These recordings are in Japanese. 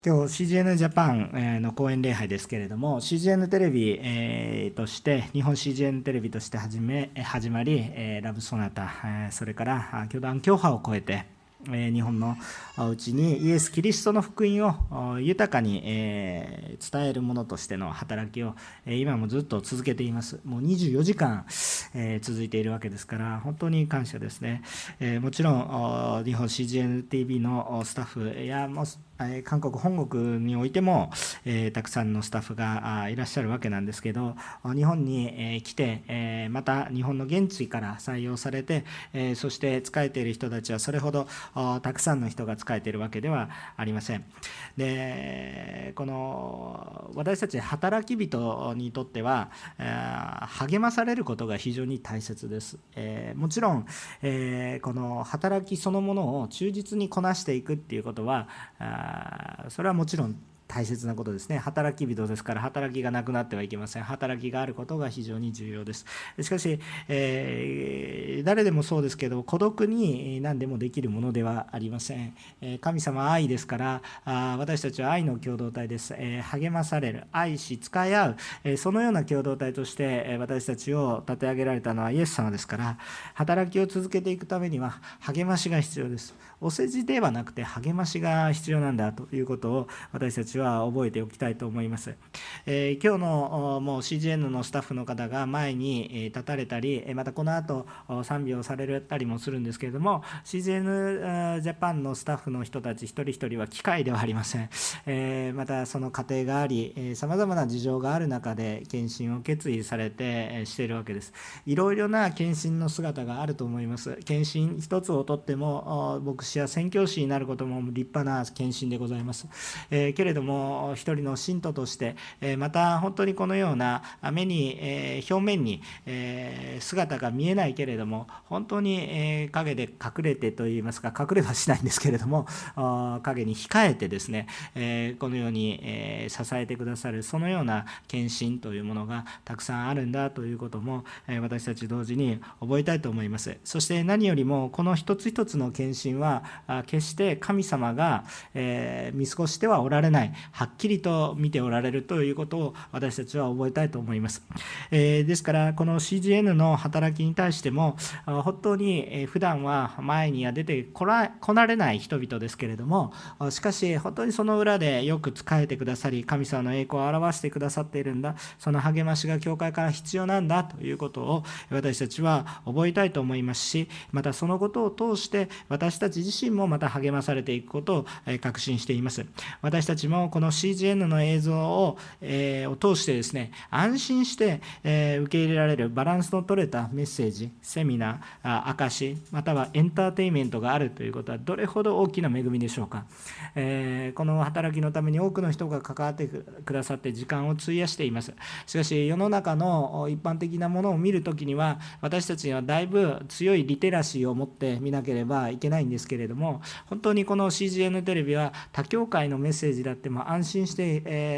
今日 CGN ジャパンの講演礼拝ですけれども、CGN テレビとして、日本 CGN テレビとして始まり、ラブソナタ、それから教団教派を超えて、日本のうちにイエス・キリストの福音を豊かに伝えるものとしての働きを今もずっと続けています。もう24時間続いているわけですから、本当に感謝ですね。もちろん日本 CGN-TV のスタッフや韓国本国においてもたくさんのスタッフがいらっしゃるわけなんですけど、日本に来てまた日本の現地から採用されて、そして仕えている人たちはそれほどたくさんの人が仕えているわけではありません。で、この私たち働き人にとっては励まされることが非常に大切です。もちろんこの働きそのものを忠実にこなしていくっていうことはそれはもちろん大切なことですね。働き人ですから働きがなくなってはいけません。働きがあることが非常に重要です。しかし、誰でもそうですけど、孤独に何でもできるものではありません。神様は愛ですから、私たちは愛の共同体です。励まされる、愛し使い合う、そのような共同体として私たちを立て上げられたのはイエス様ですから、働きを続けていくためには励ましが必要です。お世辞ではなくて励ましが必要なんだということを私たちは覚えておきたいと思います。今日のもう CGN のスタッフの方が前に立たれたり、またこの後賛美をされたりもするんですけれども、 CGN ジャパンのスタッフの人たち一人一人は機械ではありません。またその過程があり、さまざまな事情がある中で献身を決意されてしているわけです。いろいろな献身の姿があると思います。献身一つをとっても、牧師や宣教師になることも立派な献身でございます。けれども一人の信徒として、また本当にこのような目に、表面に、姿が見えないけれども本当に、影で隠れてといいますか、隠れはしないんですけれども影に控えてですね、このように、支えてくださる、そのような献身というものがたくさんあるんだということも、私たち同時に覚えたいと思います。そして何よりもこの一つ一つの献身は決して神様が、見過ごしてはおられない、はっきりと見ておられるということを私たちは覚えたいと思います。ですからこの CGN の働きに対しても本当に普段は前には出てこなれない人々ですけれども、しかし本当にその裏でよく仕えてくださり、神様の栄光を表してくださっているんだ、その励ましが教会から必要なんだということを私たちは覚えたいと思いますし、またそのことを通して私たち自身もまた励まされていくことを確信しています。私たちもこの CGN の映像を通してですね、安心して受け入れられるバランスの取れたメッセージ、セミナー、証、またはエンターテインメントがあるということはどれほど大きな恵みでしょうか。この働きのために多くの人が関わってくださって時間を費やしています。しかし世の中の一般的なものを見るときには私たちにはだいぶ強いリテラシーを持って見なければいけないんですけれども、本当にこの CGN テレビは他教会のメッセージであっても安心して、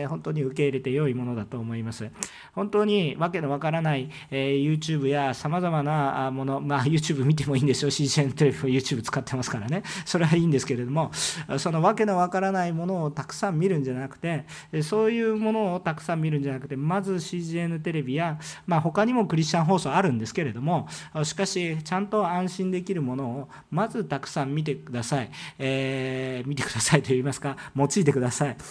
本当に受け入れて良いものだと思います。本当にわけのわからない、YouTube やさまざまなもの、YouTube 見てもいいんでしょう。 CGN テレビも YouTube 使ってますからね、それはいいんですけれども、そのわけのわからないものをたくさん見るんじゃなくて、そういうものをたくさん見るんじゃなくて、まず CGN テレビや、他にもクリスチャン放送あるんですけれども、しかしちゃんと安心できるものをまずたくさん見てください。見てくださいといいますか、用いてください。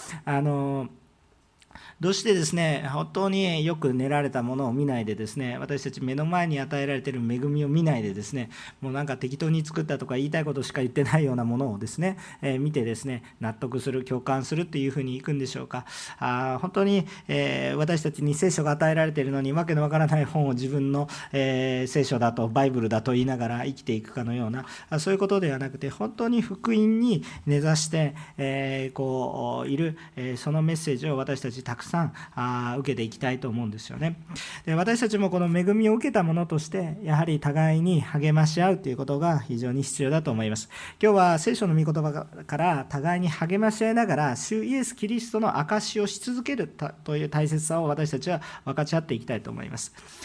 どうしてですね、本当によく練られたものを見ないでですね、私たち目の前に与えられている恵みを見ないでですね、もうなんか適当に作ったとか言いたいことしか言ってないようなものをですね、見てですね、納得する、共感するっていうふうにいくんでしょうか。本当に、私たちに聖書が与えられているのにわけのわからない本を自分の、聖書だとバイブルだと言いながら生きていくかのような、そういうことではなくて、本当に福音に根ざして、いる、そのメッセージを私たちたくさん受けていきたいと思うんですよね。で、私たちもこの恵みを受けたものとしてやはり互いに励まし合うということが非常に必要だと思います。今日は聖書の御言葉から互いに励まし合いながら主イエス・キリストの証しをし続けるという大切さを私たちは分かち合っていきたいと思います。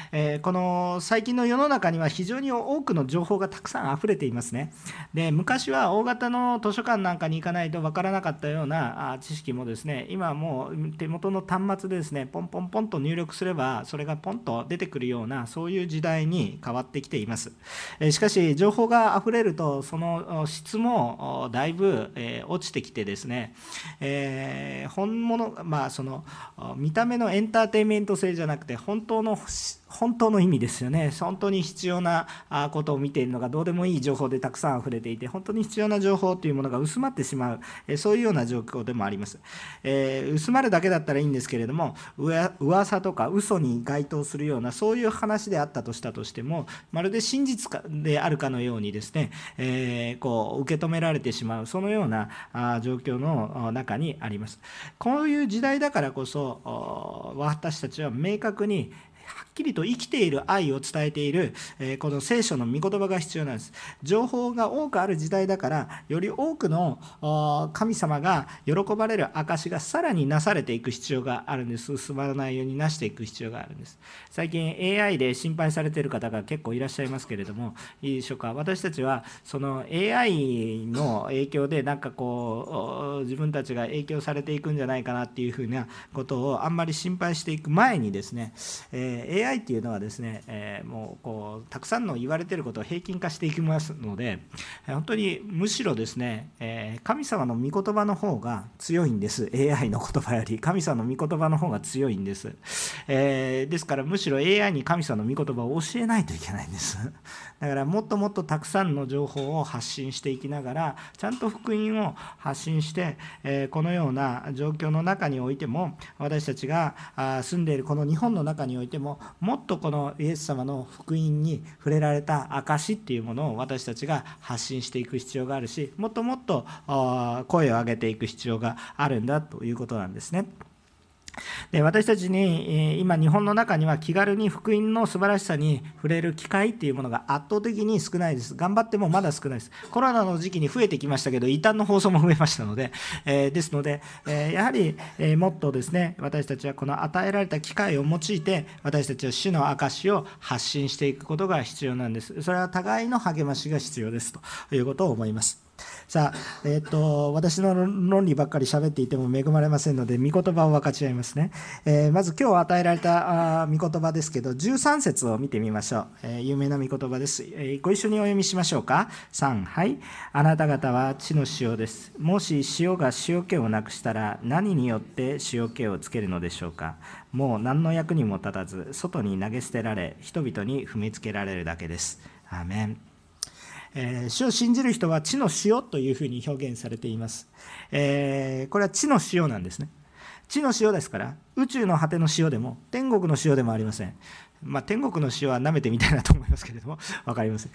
この最近の世の中には非常に多くの情報がたくさん溢れていますね。で、昔は大型の図書館なんかに行かないとわからなかったような知識もですね、今はもう手元の端末でですね、ポンポンポンと入力すればそれがポンと出てくるような、そういう時代に変わってきています。しかし情報が溢れるとその質もだいぶ落ちてきてですね、本物、その見た目のエンターテインメント性じゃなくて本当の意味ですよね。本当に必要なことを見ているのがどうでもいい情報でたくさん溢れていて、本当に必要な情報というものが薄まってしまう、そういうような状況でもあります。薄まるだけだったらいいんですけれども、噂とか嘘に該当するようなそういう話であったとしたとしても、まるで真実であるかのようにですね、こう受け止められてしまう、そのような状況の中にあります。こういう時代だからこそ、私たちは明確にはっきりと生きている愛を伝えている、この聖書の御言葉が必要なんです。情報が多くある時代だから、より多くの神様が喜ばれる証がさらになされていく必要があるんです。進まないようになしていく必要があるんです。最近 AI で心配されている方が結構いらっしゃいますけれども、いいでしょうか。私たちはその AI の影響でなんかこう自分たちが影響されていくんじゃないかなっていうふうなことをあんまり心配していく前にですね、AI っていうのはですね、もうこうたくさんの言われていることを平均化していきますので、本当にむしろですね、神様の御言葉の方が強いんです。 AI の言葉より神様の御言葉の方が強いんです。ですからむしろ AI に神様の御言葉を教えないといけないんです。だからもっともっとたくさんの情報を発信していきながら、ちゃんと福音を発信して、このような状況の中においても、私たちが住んでいるこの日本の中においても、もっとこのイエス様の福音に触れられた証っていうものを私たちが発信していく必要があるし、もっともっと声を上げていく必要があるんだということなんですね。で、私たちに今日本の中には気軽に福音の素晴らしさに触れる機会っていうものが圧倒的に少ないです。頑張ってもまだ少ないです。コロナの時期に増えてきましたけど、異端の放送も増えましたので、ですので、やはりもっとですね、私たちはこの与えられた機会を用いて、私たちは主の証を発信していくことが必要なんです。それは互いの励ましが必要ですということを思います。さあ、私の論理ばっかり喋っていても恵まれませんので、御言葉を分かち合いますね。まず今日与えられた御言葉ですけど、13節を見てみましょう。有名な御言葉です。ご一緒にお読みしましょうか。3、はい。あなた方は地の塩です。もし塩が塩気をなくしたら、何によって塩気をつけるのでしょうか。もう何の役にも立たず、外に投げ捨てられ、人々に踏みつけられるだけです。アーメン。主を信じる人は地の塩というふうに表現されています。これは地の塩なんですね。地の塩ですから、宇宙の果ての塩でも天国の塩でもありません。天国の塩は舐めてみたいなと思いますけれども、分かりません。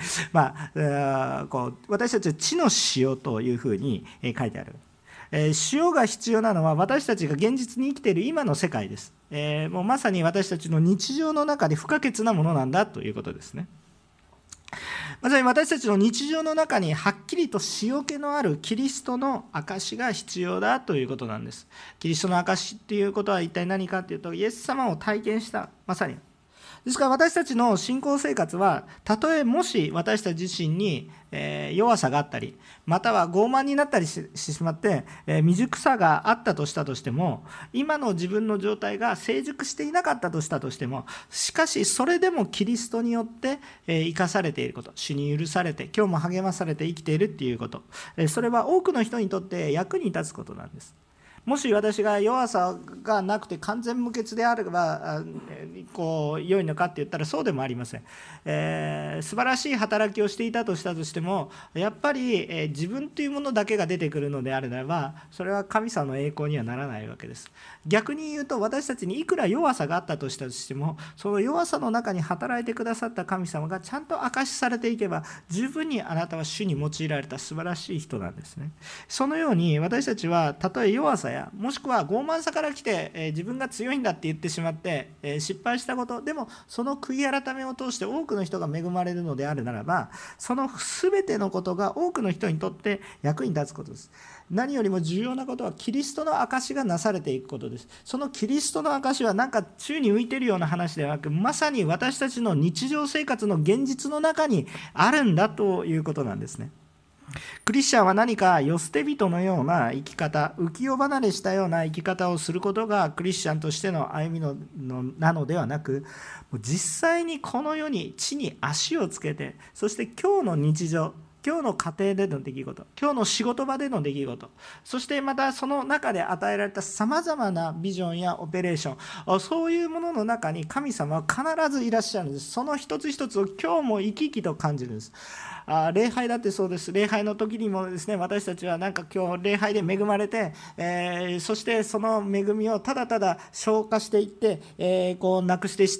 私たちは地の塩というふうに書いてある。塩が必要なのは私たちが現実に生きている今の世界です。もうまさに私たちの日常の中で不可欠なものなんだということですね。まさに私たちの日常の中にはっきりと塩気のあるキリストの証が必要だということなんです。キリストの証っていうことは一体何かというと、イエス様を体験した、まさにですから私たちの信仰生活は、たとえもし私たち自身に弱さがあったり、または傲慢になったりしてしまって未熟さがあったとしたとしても、今の自分の状態が成熟していなかったとしたとしても、しかしそれでもキリストによって生かされていること、主に許されて今日も励まされて生きているっていうこと、それは多くの人にとって役に立つことなんです。もし私が弱さがなくて完全無欠であれば良いのかって言ったらそうでもありません。素晴らしい働きをしていたとしたとしても、やっぱり自分というものだけが出てくるのであれば、それは神様の栄光にはならないわけです。逆に言うと、私たちにいくら弱さがあったとしたとしても、その弱さの中に働いてくださった神様がちゃんと証しされていけば、十分にあなたは主に用いられた素晴らしい人なんですね。そのように私たちはたとえ弱さや、もしくは傲慢さから来て、自分が強いんだって言ってしまって、失敗したこと、でもその悔い改めを通して多くの人が恵まれるのであるならば、その全てのことが多くの人にとって役に立つことです。何よりも重要なことはキリストの証がなされていくことです。そのキリストの証はなんか宙に浮いているような話ではなく、まさに私たちの日常生活の現実の中にあるんだということなんですね。クリスチャンは何か世捨て人のような生き方、浮世離れしたような生き方をすることがクリスチャンとしての歩みなのではなく、実際にこの世に地に足をつけて、そして今日の日常、今日の家庭での出来事、今日の仕事場での出来事、そしてまたその中で与えられたさまざまなビジョンやオペレーション、そういうものの中に神様は必ずいらっしゃるんです。その一つ一つを今日も生き生きと感じるんです。礼拝だってそうです。礼拝の時にもですね、私たちはなんか今日礼拝で恵まれて、そしてその恵みをただただ消化していって、こうなくして、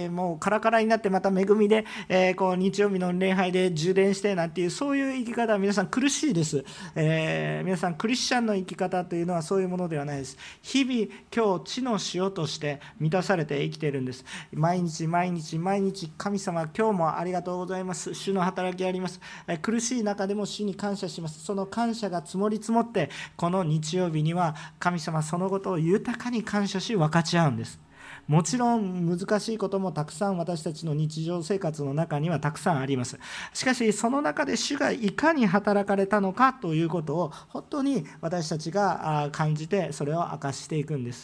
もうカラカラになってまた恵みで、こう日曜日の礼拝で充電してなんていう、そういう生き方は皆さん苦しいです。皆さんクリスチャンの生き方というのはそういうものではないです。日々今日地の塩として満たされて生きているんです。毎日毎日毎日、神様今日もありがとうございます。主の働きあります。苦しい中でも主に感謝します。その感謝が積もり積もって、この日曜日には神様そのことを豊かに感謝し分かち合うんです。もちろん難しいこともたくさん私たちの日常生活の中にはたくさんあります。しかしその中で主がいかに働かれたのかということを本当に私たちが感じて、それを明かしていくんです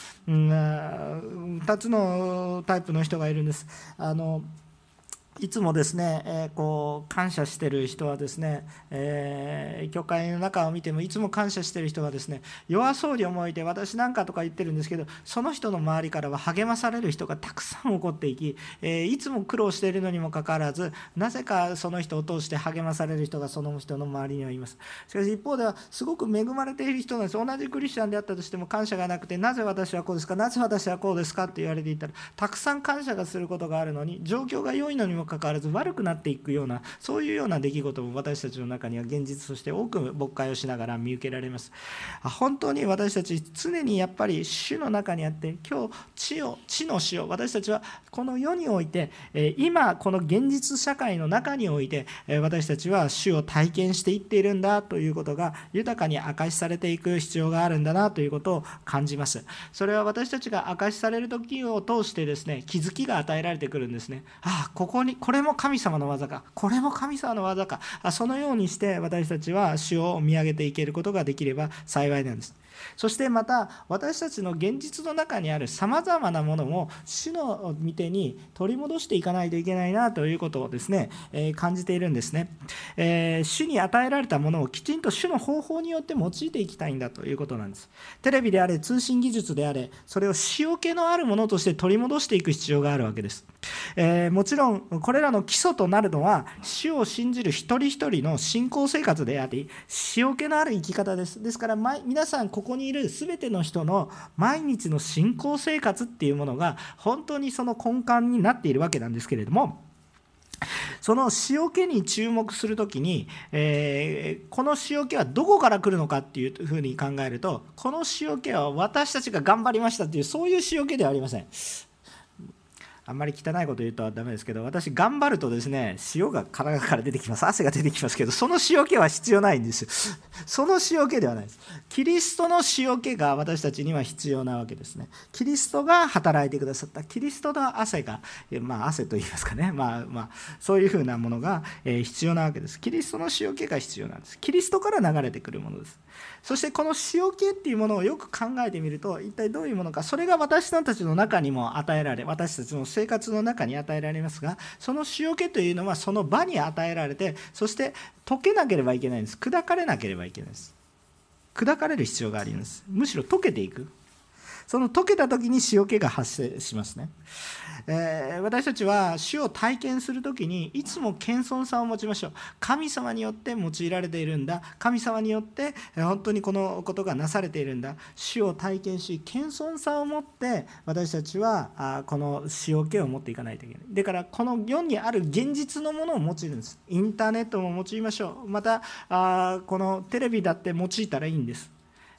。2つのタイプの人がいるんです。いつもですね、こう感謝している人はですね、教会の中を見てもいつも感謝している人はですね、弱そうに思えて私なんかとか言ってるんですけど、その人の周りからは励まされる人がたくさん起こっていき、いつも苦労しているのにもかかわらず、なぜかその人を通して励まされる人がその人の周りにはいます。しかし一方ではすごく恵まれている人なんです。同じクリスチャンであったとしても感謝がなくて、なぜ私はこうですか、なぜ私はこうですかって言われていたら、たくさん感謝がすることがあるのに、状況が良いのにもかかわらず悪くなっていくような、そういうような出来事も私たちの中には現実として多く牧会をしながら見受けられます。本当に私たち常にやっぱり主の中にあって、今日地の塩、私たちはこの世において、今この現実社会の中において、私たちは主を体験していっているんだということが豊かに証しされていく必要があるんだなということを感じます。それは私たちが証しされる時を通してですね、気づきが与えられてくるんですね。これも神様の技か、これも神様の技か、そのようにして私たちは主を見上げていけることができれば幸いなんです。そしてまた私たちの現実の中にあるさまざまなものも主の御手に取り戻していかないといけないなということをですね、感じているんですね。主に与えられたものをきちんと主の方法によって用いていきたいんだということなんです。テレビであれ通信技術であれ、それを塩気のあるものとして取り戻していく必要があるわけです。もちろんこれらの基礎となるのは主を信じる一人一人の信仰生活であり、塩気のある生き方です。ですから皆さんここにいる全ての人の毎日の信仰生活っていうものが本当にその根幹になっているわけなんですけれども、その塩気に注目するときに、この塩気はどこから来るのかっていうふうに考えると、この塩気は私たちが頑張りましたっていう、そういう塩気ではありません。あんまり汚いこと言うとはダメですけど、私頑張るとですね、塩が体から出てきます。汗が出てきますけど、その塩気は必要ないんですよ。その塩気ではないです。キリストの塩気が私たちには必要なわけですね。キリストが働いてくださった、キリストの汗が、汗と言いますかね、そういうふうなものが必要なわけです。キリストの塩気が必要なんです。キリストから流れてくるものです。そしてこの塩気っていうものをよく考えてみると、一体どういうものか、それが私たちの中にも与えられ、私たちの生活の中に与えられますが、その塩気というのはその場に与えられて、そして溶けなければいけないんです。砕かれなければいけないです。砕かれる必要があります。むしろ溶けていく。その溶けた時に塩気が発生しますね。私たちは主を体験するときにいつも謙遜さを持ちましょう。神様によって用いられているんだ、神様によって本当にこのことがなされているんだ、主を体験し謙遜さを持って私たちはこの塩気を持っていかないといけない。だからこの世にある現実のものを用いるんです。インターネットも用いましょう。またこのテレビだって用いたらいいんです。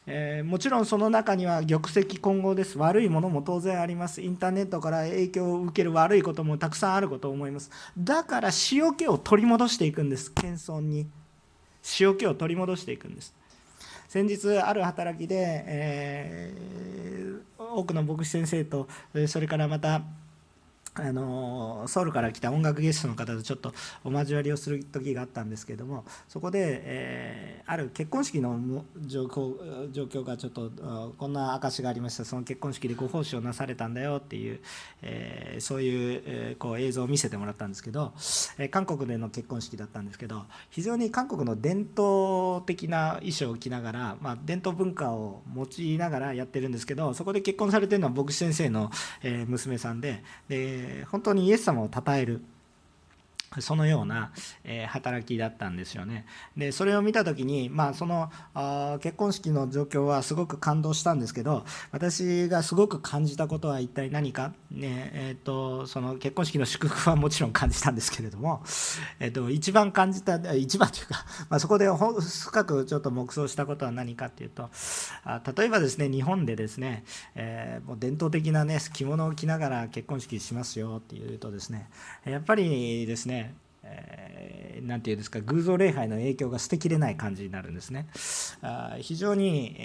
もちろんその中には玉石混合です。悪いものも当然あります。インターネットから影響を受ける悪いこともたくさんあることを思います。だから塩気を取り戻していくんです。謙遜に塩気を取り戻していくんです。先日ある働きで、多くの牧師先生とそれからまたソウルから来た音楽ゲストの方とちょっとお交わりをする時があったんですけれども、そこで、ある結婚式の状況がちょっとこんな証がありました。その結婚式でご奉仕をなされたんだよっていう、そういう、映像を見せてもらったんですけど、韓国での結婚式だったんですけど、非常に韓国の伝統的な衣装を着ながら、伝統文化を用いながらやってるんですけど、そこで結婚されてるのは牧師先生の娘さんで、本当にイエス様を称えるそのような働きだったんですよね。でそれを見た時に、その結婚式の状況はすごく感動したんですけど、私がすごく感じたことは一体何か、その結婚式の祝福はもちろん感じたんですけれども、一番感じた一番というか、そこで深くちょっと黙想したことは何かというと、例えばですね、日本でですね、もう伝統的なね着物を着ながら結婚式しますよっていうとですね、やっぱりですね、なんていうんですか、偶像礼拝の影響が捨てきれない感じになるんですね。非常に、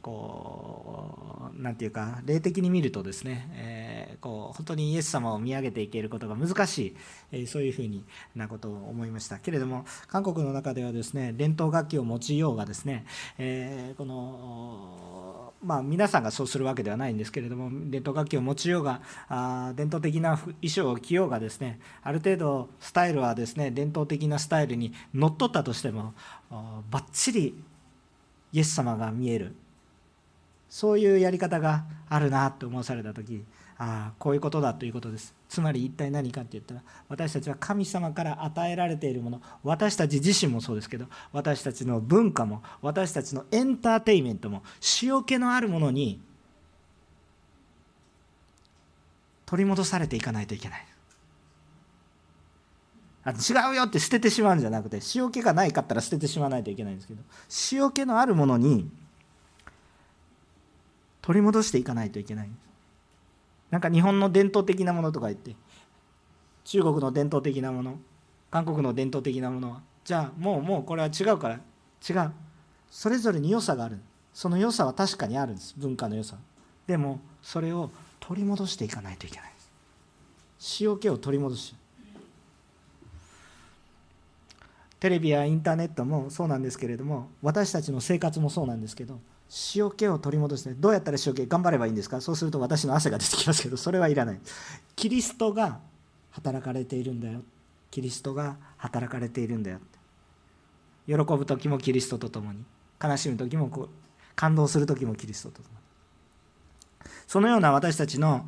なんていうか、霊的に見るとですね、本当にイエス様を見上げていけることが難しい、そういうふうなことを思いました。けれども、韓国の中ではですね、伝統楽器を用いようがですね、皆さんがそうするわけではないんですけれども、伝統楽器を用いようが、伝統的な衣装を着ようがですね、ある程度スタイルはですね、伝統的なスタイルにのっとったとしても、バッチリイエス様が見える、そういうやり方があるなと思わされたとき、こういうことだということです。つまり一体何かって言ったら、私たちは神様から与えられているもの、私たち自身もそうですけど、私たちの文化も私たちのエンターテインメントも塩気のあるものに取り戻されていかないといけない。違うよって捨ててしまうんじゃなくて、塩気がないかったら捨ててしまわないといけないんですけど、塩気のあるものに取り戻していかないといけないんです。なんか日本の伝統的なものとか言って、中国の伝統的なもの、韓国の伝統的なものは、じゃあもうこれは違うから、違う。それぞれに良さがある。その良さは確かにあるんです。文化の良さ。でもそれを取り戻していかないといけないんです。塩気を取り戻し、テレビやインターネットもそうなんですけれども、私たちの生活もそうなんですけど、塩気を取り戻して、どうやったら塩気頑張ればいいんですか。そうすると私の汗が出てきますけど、それはいらない。キリストが働かれているんだよ。キリストが働かれているんだよ。喜ぶ時もキリストと共に、悲しむ時も感動する時もキリストと共に、そのような私たちの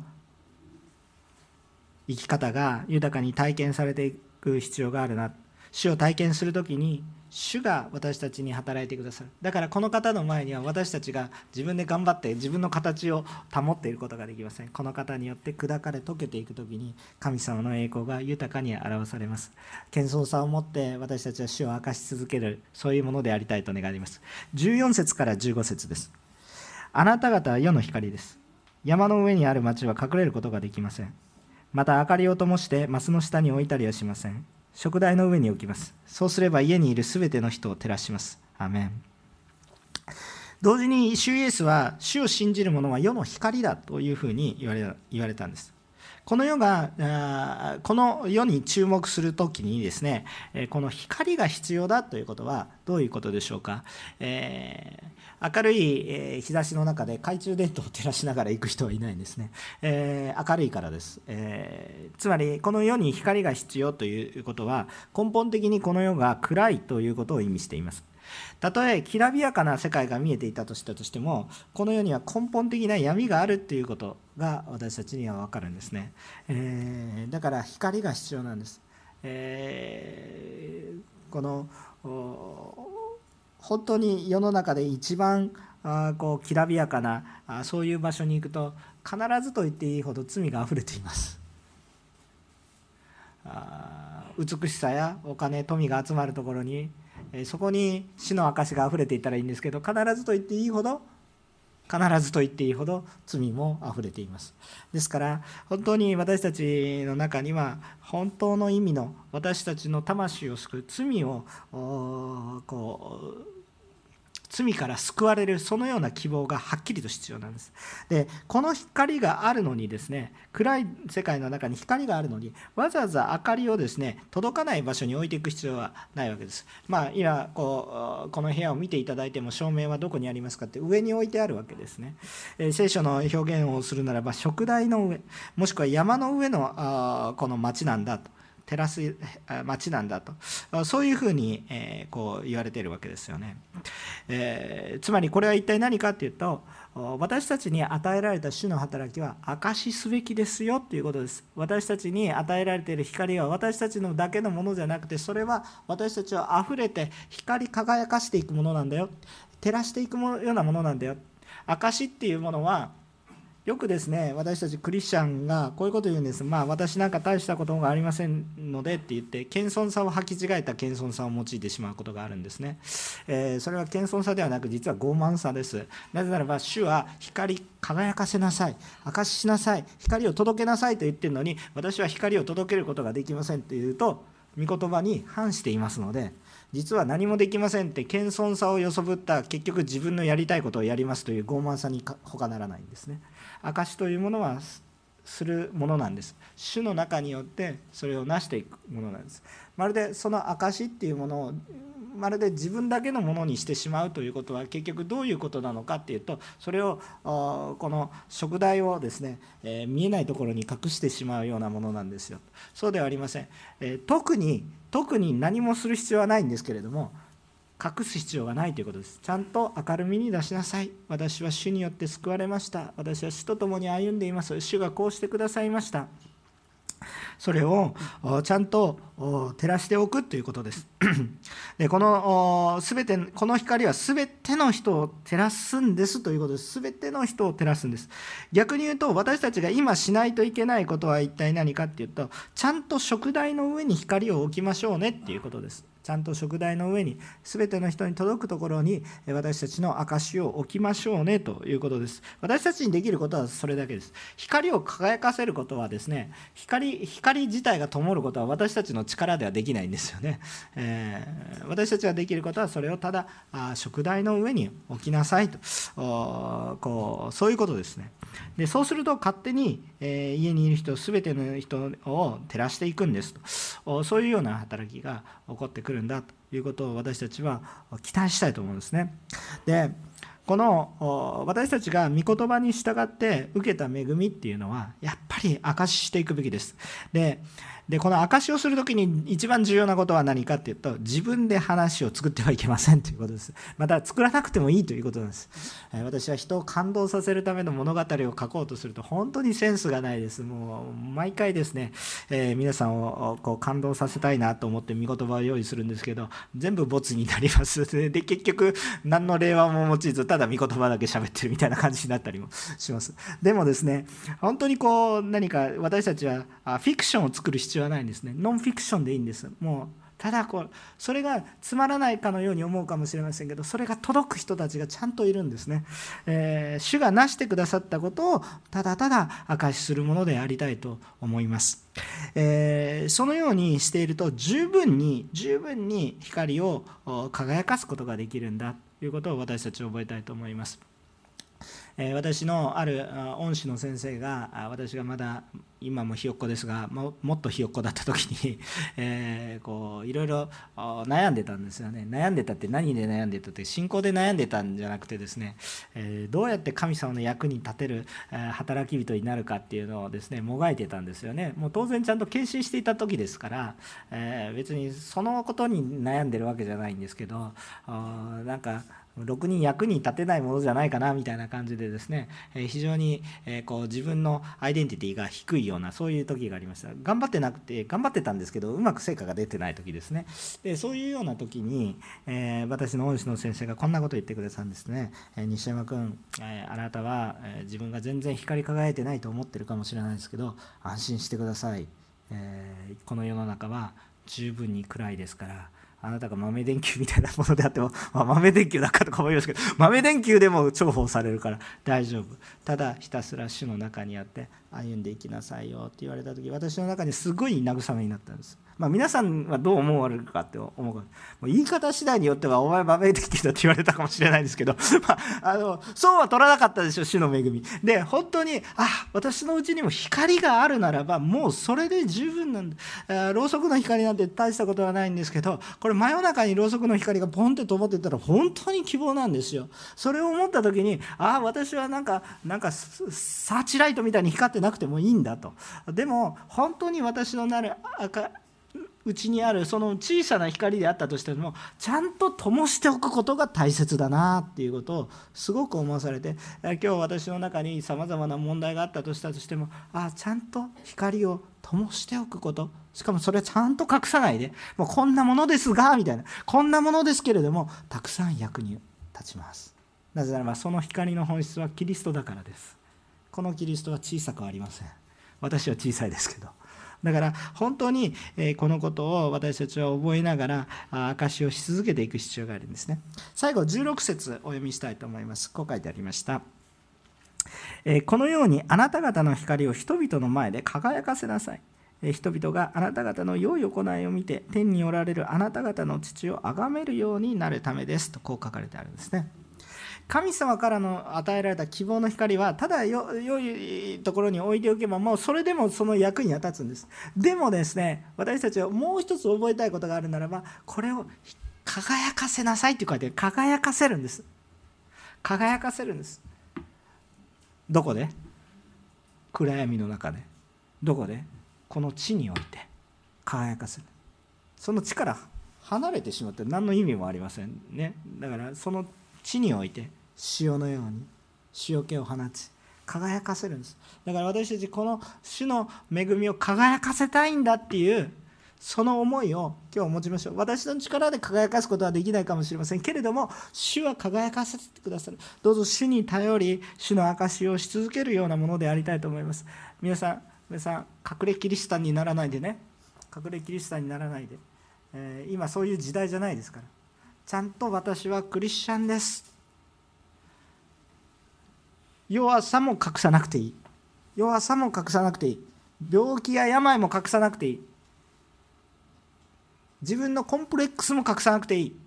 生き方が豊かに体験されていく必要があるな。主を体験するときに主が私たちに働いてくださる。だからこの方の前には私たちが自分で頑張って自分の形を保っていることができません。この方によって砕かれ溶けていくときに神様の栄光が豊かに表されます。謙遜さを持って私たちは主を明かし続ける、そういうものでありたいと願います。14節から15節です。あなた方は世の光です。山の上にある町は隠れることができません。また明かりを灯してマスの下に置いたりはしません。食台の上に置きます。そうすれば家にいるすべての人を照らします。アーメン。同時に主イエスは、主を信じる者は世の光だというふうに言われたんです。この世に注目するときにですね、この光が必要だということはどういうことでしょうか。明るい日差しの中で懐中電灯を照らしながら行く人はいないんですね。明るいからです。つまりこの世に光が必要ということは、根本的にこの世が暗いということを意味しています。たとえきらびやかな世界が見えていたとしても、この世には根本的な闇があるということが私たちには分かるんですね。だから光が必要なんです。この本当に世の中で一番きらびやかなそういう場所に行くと、必ずと言っていいほど罪があふれています。美しさやお金、富が集まるところに、そこに死の証があふれていったらいいんですけど、必ずと言っていいほど必ずと言っていいほど罪もあふれています。ですから本当に私たちの中には本当の意味の私たちの魂を救う罪を罪から救われる、そのような希望がはっきりと必要なんです。でこの光があるのにですね、暗い世界の中に光があるのにわざわざ明かりをですね届かない場所に置いていく必要はないわけです。今この部屋を見ていただいても、照明はどこにありますかって上に置いてあるわけですね。聖書の表現をするならば、燭台の上、もしくは山の上のこの町なんだと、照らす町なんだと、そういうふうに言われているわけですよね。つまりこれは一体何かというと、私たちに与えられた主の働きは証しすべきですよということです。私たちに与えられている光は私たちのだけのものじゃなくて、それは私たちをあふれて光り輝かしていくものなんだよ、照らしていくようなものなんだよ。証っていうものはよくですね、私たちクリスチャンがこういうことを言うんです。私なんか大したことがありませんのでって言って、謙遜さを履き違えた謙遜さを用いてしまうことがあるんですね。それは謙遜さではなく、実は傲慢さです。なぜならば、主は光り輝かせなさい、証ししなさい、光を届けなさいと言ってるのに、私は光を届けることができませんというと、御言葉に反していますので、実は何もできませんって謙遜さをよそぶった、結局自分のやりたいことをやりますという傲慢さに他ならないんですね。証というものはするものなんです。主の中によってそれを成していくものなんです。まるでその証っていうものをまるで自分だけのものにしてしまうということは、結局どういうことなのかっていうと、それをこの燭台をですね、見えないところに隠してしまうようなものなんですよ。そうではありません。特に何もする必要はないんですけれども、隠す必要がないということです。ちゃんと明るみに出しなさい。私は主によって救われました。私は主と共に歩んでいます。主がこうしてくださいました。それをちゃんと照らしておくということです。でこの光は全ての人を照らすんですということです。全ての人を照らすんです。逆に言うと、私たちが今しないといけないことは一体何かっていうと、ちゃんと燭台の上に光を置きましょうねっていうことです。ちゃんと燭台の上に、全ての人に届くところに私たちの証を置きましょうねということです。私たちにできることはそれだけです。光を輝かせることはですね、光自体が灯ることは私たちの力ではできないんですよね。私たちができることは、それをただ燭台の上に置きなさいと、そういうことですね。でそうすると勝手に、家にいる人全ての人を照らしていくんですと、そういうような働きが起こってくるんだということを私たちは期待したいと思うんですね。でこの私たちが御言葉に従って受けた恵みっていうのは、やっぱり証ししていくべきです。でこの証しをするときに一番重要なことは何かっていうと、自分で話を作ってはいけませんということです。また作らなくてもいいということなんです。私は人を感動させるための物語を書こうとすると本当にセンスがないです。もう毎回ですね、皆さんを感動させたいなと思って御言葉を用意するんですけど、全部ボツになります。で結局何の例話も用いず、ただ御言葉だけ喋ってるみたいな感じになったりもします。でもですね、本当に何か私たちはフィクションを作る必要はないんですね。ノンフィクションでいいんです。もうただそれがつまらないかのように思うかもしれませんけど、それが届く人たちがちゃんといるんですね。主がなしてくださったことをただただ証しするものでありたいと思います。そのようにしていると十分に光を輝かすことができるんだということを私たちは覚えたいと思います。私のある恩師の先生が、私がまだ今もひよっこですが、もっとひよっこだった時にいろいろ悩んでたんですよね。悩んでたって、何で悩んでたって、信仰で悩んでたんじゃなくてですね、どうやって神様の役に立てる働き人になるかっていうのをですね、もがいてたんですよね。もう当然ちゃんと献身していた時ですから、別にそのことに悩んでるわけじゃないんですけど、なんかろくに役に立てないものじゃないかなみたいな感じでですね、非常に自分のアイデンティティが低いような、そういう時がありました。頑張ってたんですけど、うまく成果が出てない時ですね。でそういうような時に、私の恩師の先生がこんなことを言ってくださるんですね。西山君、あなたは自分が全然光り輝いてないと思ってるかもしれないですけど、安心してください。この世の中は十分に暗いですから、 あなたが豆電球みたいなものであっても、豆電球だかとか思いますけど、豆電球でも重宝されるから大丈夫。ただひたすら主の中にあって歩んでいきなさいよって言われた時、私の中にすごい慰めになったんです。皆さんはどう思われるかって思うか、言い方次第によってはお前豆電球だって言われたかもしれないですけど、そうは取らなかったでしょ、主の恵みで。本当に私のうちにも光があるならばもうそれで十分なんだ。ろうそくの光なんて大したことはないんですけど、これ真夜中にろうそくの光がポンって灯っていったら本当に希望なんですよ。それを思った時に私はなんかサーチライトみたいに光ってなくてもいいんだと。でも本当に私のなるうちにあるその小さな光であったとしてもちゃんと灯しておくことが大切だなっていうことをすごく思わされて、今日私の中にさまざまな問題があったとしてもちゃんと光を灯しておくこと、しかもそれはちゃんと隠さないで、もうこんなものですがみたいな、こんなものですけれどもたくさん役に立ちます。なぜならばその光の本質はキリストだからです。このキリストは小さくはありません。私は小さいですけど、だから本当にこのことを私たちは覚えながら証しをし続けていく必要があるんですね。最後16節お読みしたいと思います。こう書いてありました。このようにあなた方の光を人々の前で輝かせなさい。人々があなた方の良い行いを見て天におられるあなた方の父を崇めるようになるためですと、こう書かれてあるんですね。神様からの与えられた希望の光はただ良いところに置いておけばもうそれでもその役には立つんです。でもですね、私たちはもう一つ覚えたいことがあるならば、これを輝かせなさいって書いて輝かせるんです。輝かせるんです。どこで？暗闇の中で。どこで？この地において輝かせる。その地から離れてしまって何の意味もありませんね。だからその地において潮のように塩気を放ち輝かせるんです。だから私たちこの主の恵みを輝かせたいんだっていうその思いを今日持ちましょう。私の力で輝かすことはできないかもしれませんけれども、主は輝かせてくださる。どうぞ主に頼り主の証しをし続けるようなものでありたいと思います。皆さん隠れキリシタンにならないでね。隠れキリシタンにならないで、今そういう時代じゃないですから、ちゃんと私はクリスチャンです。弱さも隠さなくていい。弱さも隠さなくていい。病気や病も隠さなくていい。自分のコンプレックスも隠さなくていい。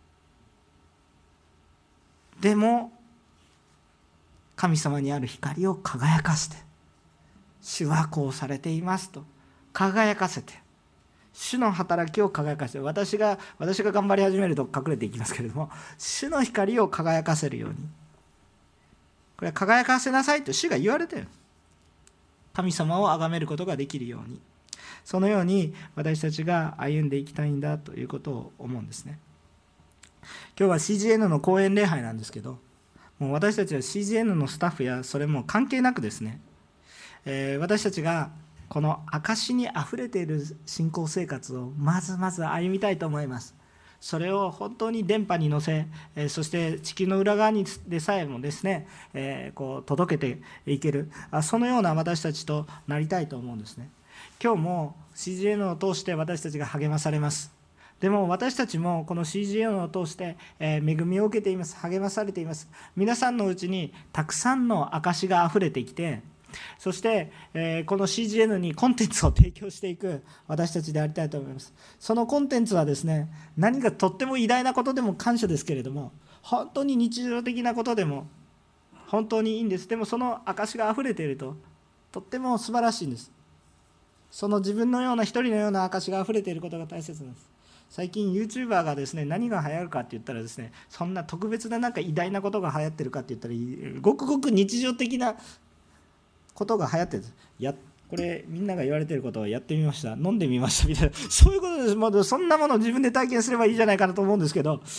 でも神様にある光を輝かせて、主はこうされていますと輝かせて、主の働きを輝かせて、私が頑張り始めると隠れていきますけれども、主の光を輝かせるように、これは輝かせなさいと主が言われている。神様を崇めることができるように、そのように私たちが歩んでいきたいんだということを思うんですね。今日は CGN の講演礼拝なんですけど、もう私たちは CGN のスタッフやそれも関係なくですね、私たちがこの証にあふれている信仰生活をまず歩みたいと思います。それを本当に電波に乗せ、そして地球の裏側にでさえもですね、こう届けていける、そのような私たちとなりたいと思うんですね。今日も CGN を通して私たちが励まされます。でも私たちもこの CGN を通して恵みを受けています。励まされています。皆さんのうちにたくさんの証があふれてきて、そして、この CGN にコンテンツを提供していく私たちでありたいと思います。そのコンテンツはですね、何かとっても偉大なことでも感謝ですけれども、本当に日常的なことでも本当にいいんです。でもその証があふれているととっても素晴らしいんです。その自分のような一人のような証があふれていることが大切なんです。最近 YouTuber がですね、何が流行るかって言ったらですね、そんな特別な偉大なことが流行ってるかって言ったら、ごくごく日常的なことが流行ってるんです。これみんなが言われていることをやってみました、飲んでみましたみたいな、そういうことです。もうそんなものを自分で体験すればいいじゃないかなと思うんですけど、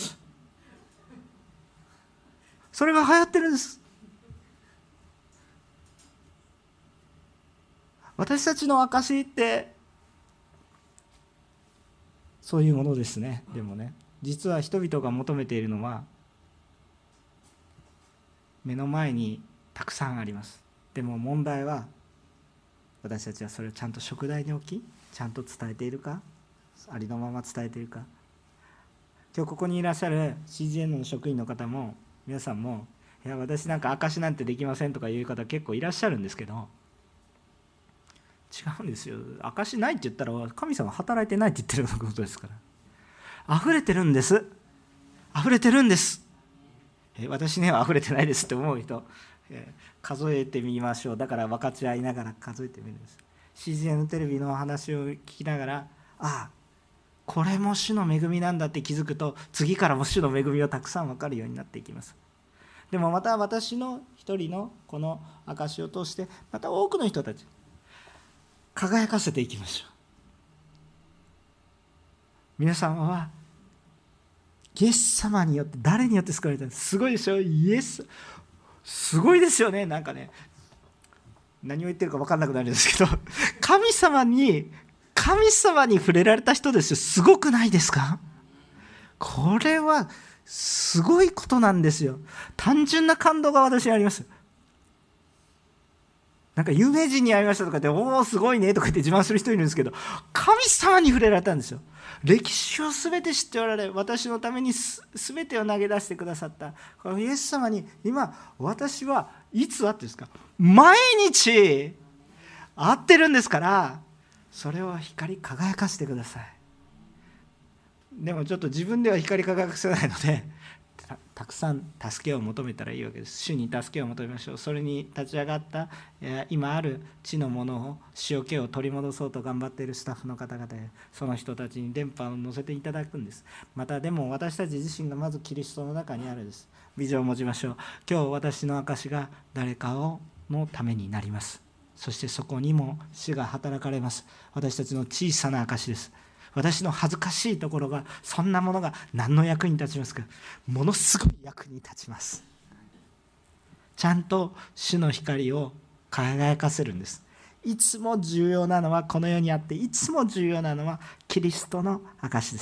それが流行ってるんです。私たちの証ってそういうものですね。でもね、実は人々が求めているのは目の前にたくさんあります。でも問題は、私たちはそれをちゃんと燭台に置き、ちゃんと伝えているか、ありのまま伝えているか。 今日ここにいらっしゃる CGN の職員の方も皆さんも、いや私なんか証なんてできませんとかいう方結構いらっしゃるんですけど、違うんですよ。証ないって言ったら神様働いてないって言ってるようなことですから。溢れてるんです。溢れてるんです。私ねは溢れてないですって思う人、数えてみましょう。だから分かち合いながら数えてみるんです。 CGN テレビの話を聞きながら、ああこれも主の恵みなんだって気づくと、次からも主の恵みをたくさん分かるようになっていきます。でもまた私の一人のこの証を通して、また多くの人たち輝かせていきましょう。皆さんはイエス様によって、誰によって救われたんです。すごいでしょ。イエス、すごいですよね。なんかね、何を言ってるか分かんなくなるんですけど、神様に触れられた人ですよ。すごくないですか？これはすごいことなんですよ。単純な感動が私にあります。なんか有名人に会いましたとかって、おおすごいねとか言って自慢する人いるんですけど、神様に触れられたんですよ。歴史をすべて知っておられ、私のためにすべてを投げ出してくださったこのイエス様に、今私はいつ会ってですか、毎日会ってるんですから、それを光り輝かせてください。でもちょっと自分では光り輝かせないので、たくさん助けを求めたらいいわけです。主に助けを求めましょう。それに立ち上がった今ある地のものを、塩気を取り戻そうと頑張っているスタッフの方々や、その人たちに電波を乗せていただくんです。またでも私たち自身がまずキリストの中にあるです。ビジョンを持ちましょう。今日私の証が誰かのためになります。そしてそこにも主が働かれます。私たちの小さな証です。私の恥ずかしいところが、そんなものが何の役に立ちますか？ものすごい役に立ちます。ちゃんと主の光を輝かせるんです。いつも重要なのは、この世にあっていつも重要なのはキリストの証です。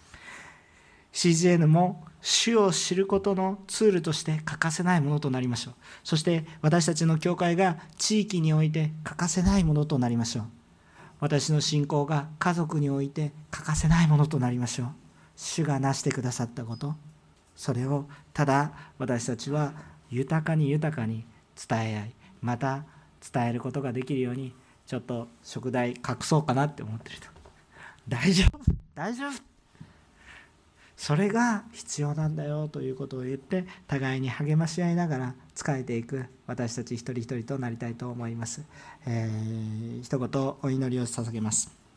CGN も主を知ることのツールとして欠かせないものとなりましょう。そして私たちの教会が地域において欠かせないものとなりましょう。私の信仰が家族において欠かせないものとなりましょう。主がなしてくださったこと、それをただ私たちは豊かに伝え合い、また伝えることができるように、ちょっと食材隠そうかなって思ってる人、大丈夫、それが必要なんだよということを言って、互いに励まし合いながら仕えていく私たち一人一人となりたいと思います。一言お祈りを捧げます。